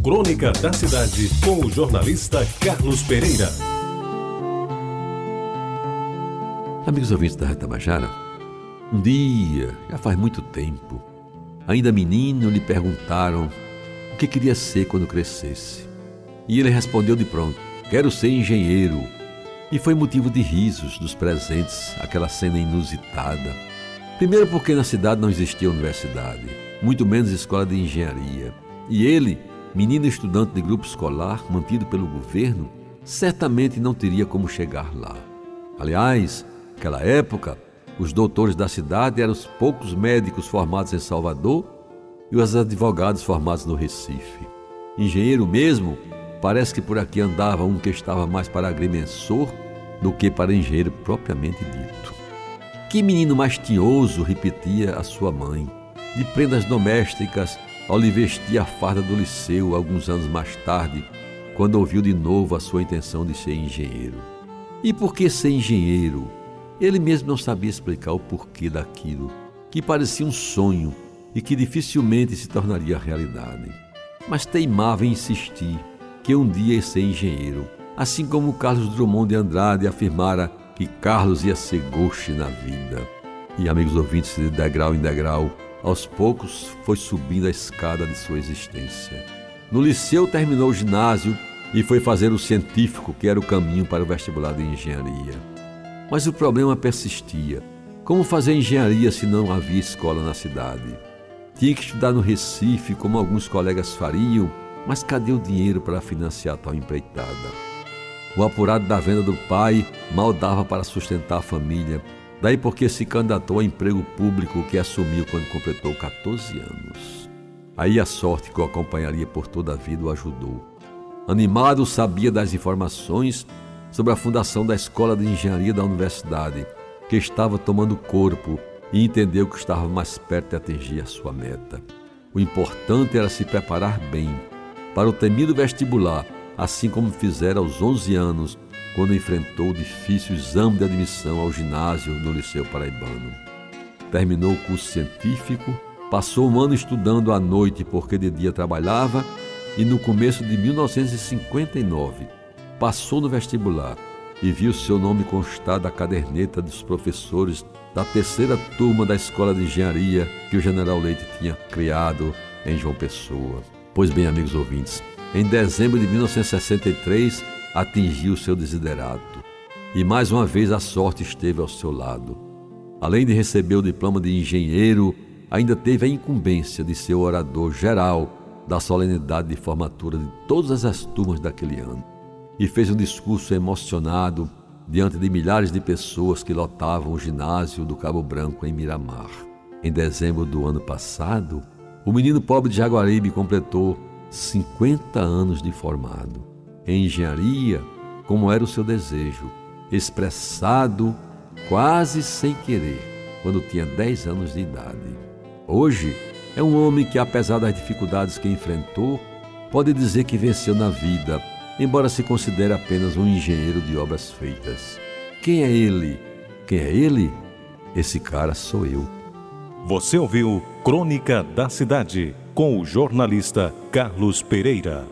Crônica da Cidade, com o jornalista Carlos Pereira. Amigos ouvintes da Rádio Tabajara, um dia, já faz muito tempo, ainda menino, lhe perguntaram o que queria ser quando crescesse. E ele respondeu de pronto: quero ser engenheiro. E foi motivo de risos dos presentes aquela cena inusitada. Primeiro porque na cidade não existia universidade, muito menos escola de engenharia. E ele, menino estudante de grupo escolar mantido pelo governo, certamente não teria como chegar lá. Aliás, naquela época, os doutores da cidade eram os poucos médicos formados em Salvador e os advogados formados no Recife. Engenheiro mesmo, parece que por aqui andava um que estava mais para agrimensor do que para engenheiro propriamente dito. Que menino mais tinhoso, repetia a sua mãe, de prendas domésticas, ao lhe vestir a farda do liceu alguns anos mais tarde, quando ouviu de novo a sua intenção de ser engenheiro. E por que ser engenheiro? Ele mesmo não sabia explicar o porquê daquilo, que parecia um sonho e que dificilmente se tornaria realidade. Mas teimava em insistir que um dia ia ser engenheiro, assim como Carlos Drummond de Andrade afirmara que Carlos ia ser gauche na vida. E, amigos ouvintes, de degrau em degrau, aos poucos foi subindo a escada de sua existência. No liceu terminou o ginásio e foi fazer o científico, que era o caminho para o vestibular de engenharia. Mas o problema persistia. Como fazer engenharia se não havia escola na cidade? Tinha que estudar no Recife, como alguns colegas fariam, mas cadê o dinheiro para financiar tal empreitada? O apurado da venda do pai mal dava para sustentar a família, daí porque se candidatou a emprego público que assumiu quando completou 14 anos. Aí a sorte que o acompanharia por toda a vida o ajudou. Animado, sabia das informações sobre a fundação da Escola de Engenharia da Universidade, que estava tomando corpo, e entendeu que estava mais perto de atingir a sua meta. O importante era se preparar bem para o temido vestibular, assim como fizera aos 11 anos, quando enfrentou o difícil exame de admissão ao ginásio no Liceu Paraibano. Terminou o curso científico, passou um ano estudando à noite porque de dia trabalhava e no começo de 1959 passou no vestibular e viu seu nome constar da caderneta dos professores da terceira turma da Escola de Engenharia que o General Leite tinha criado em João Pessoa. Pois bem, amigos ouvintes, em dezembro de 1963 atingiu seu desiderato e mais uma vez a sorte esteve ao seu lado. Além de receber o diploma de engenheiro, ainda teve a incumbência de ser o orador geral da solenidade de formatura de todas as turmas daquele ano e fez um discurso emocionado diante de milhares de pessoas que lotavam o ginásio do Cabo Branco em Miramar. Em dezembro do ano passado, o menino pobre de Jaguaribe completou 50 anos de formado. Em engenharia, como era o seu desejo, expressado quase sem querer, quando tinha 10 anos de idade. Hoje, é um homem que, apesar das dificuldades que enfrentou, pode dizer que venceu na vida, embora se considere apenas um engenheiro de obras feitas. Quem é ele? Quem é ele? Esse cara sou eu. Você ouviu Crônica da Cidade, com o jornalista Carlos Pereira.